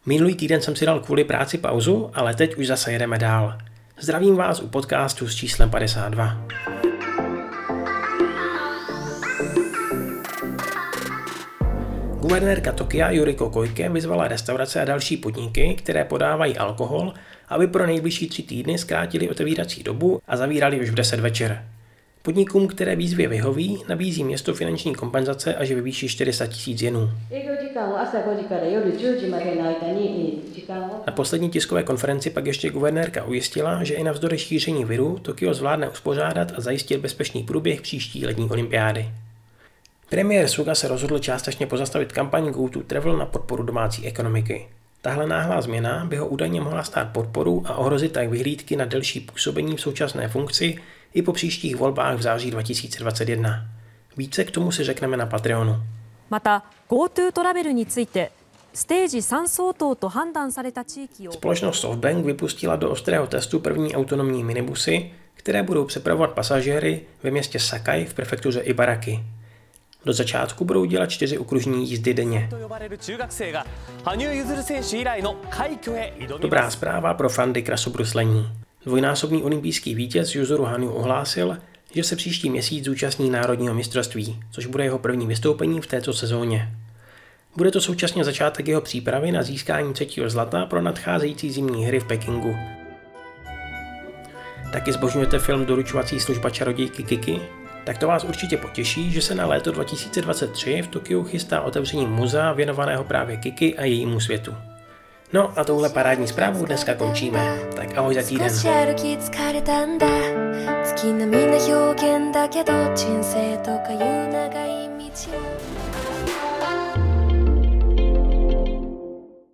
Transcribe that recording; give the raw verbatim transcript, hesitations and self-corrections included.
Minulý týden jsem si dal kvůli práci pauzu, ale teď už zase jedeme dál. Zdravím vás u podcastu s číslem padesát dva. Guvernérka Tokia Yuriko Koike vyzvala restaurace a další podniky, které podávají alkohol, aby pro nejbližší tři týdny zkrátili otevírací dobu a zavírali už v deset večer. Podnikům, které výzvě vyhoví, nabízí město finanční kompenzace až ve výši čtyři sta tisíc jenů. Na poslední tiskové konferenci pak ještě guvernérka ujistila, že i navzdory šíření viru Tokio zvládne uspořádat a zajistit bezpečný průběh příští letní olympiády. Premiér Suga se rozhodl částečně pozastavit kampaň Go to Travel na podporu domácí ekonomiky. Tahle náhlá změna by ho údajně mohla stát podporu a ohrozit tak vyhlídky na delší působení v současné funkci i po příštích volbách v září dva tisíce dvacet jedna. Více k tomu si řekneme na Patreonu. また Go to Travel についてステージさん相当と判断された地域を Společnost SoftBank vypustila do ostrého testu první autonomní minibusy, které budou přepravovat pasažéry ve městě Sakai v prefektuře Ibaraki. Do začátku budou dělat čtyři okružní jízdy denně. Dobrá zpráva pro fandy krasobruslení. Dvojnásobný olympijský vítěz Yuzuru Hanyu ohlásil, že se příští měsíc zúčastní národního mistrovství, což bude jeho první vystoupení v této sezóně. Bude to současně začátek jeho přípravy na získání třetího zlata pro nadcházející zimní hry v Pekingu. Taky zbožňujete film Doručovací služba čarodějky Kiki? Tak to vás určitě potěší, že se na léto dva tisíce dvacet tři v Tokiu chystá otevření muzea věnovaného právě Kiki a jejímu světu. No a touhle parádní zprávu dneska končíme. Tak ahoj za týden.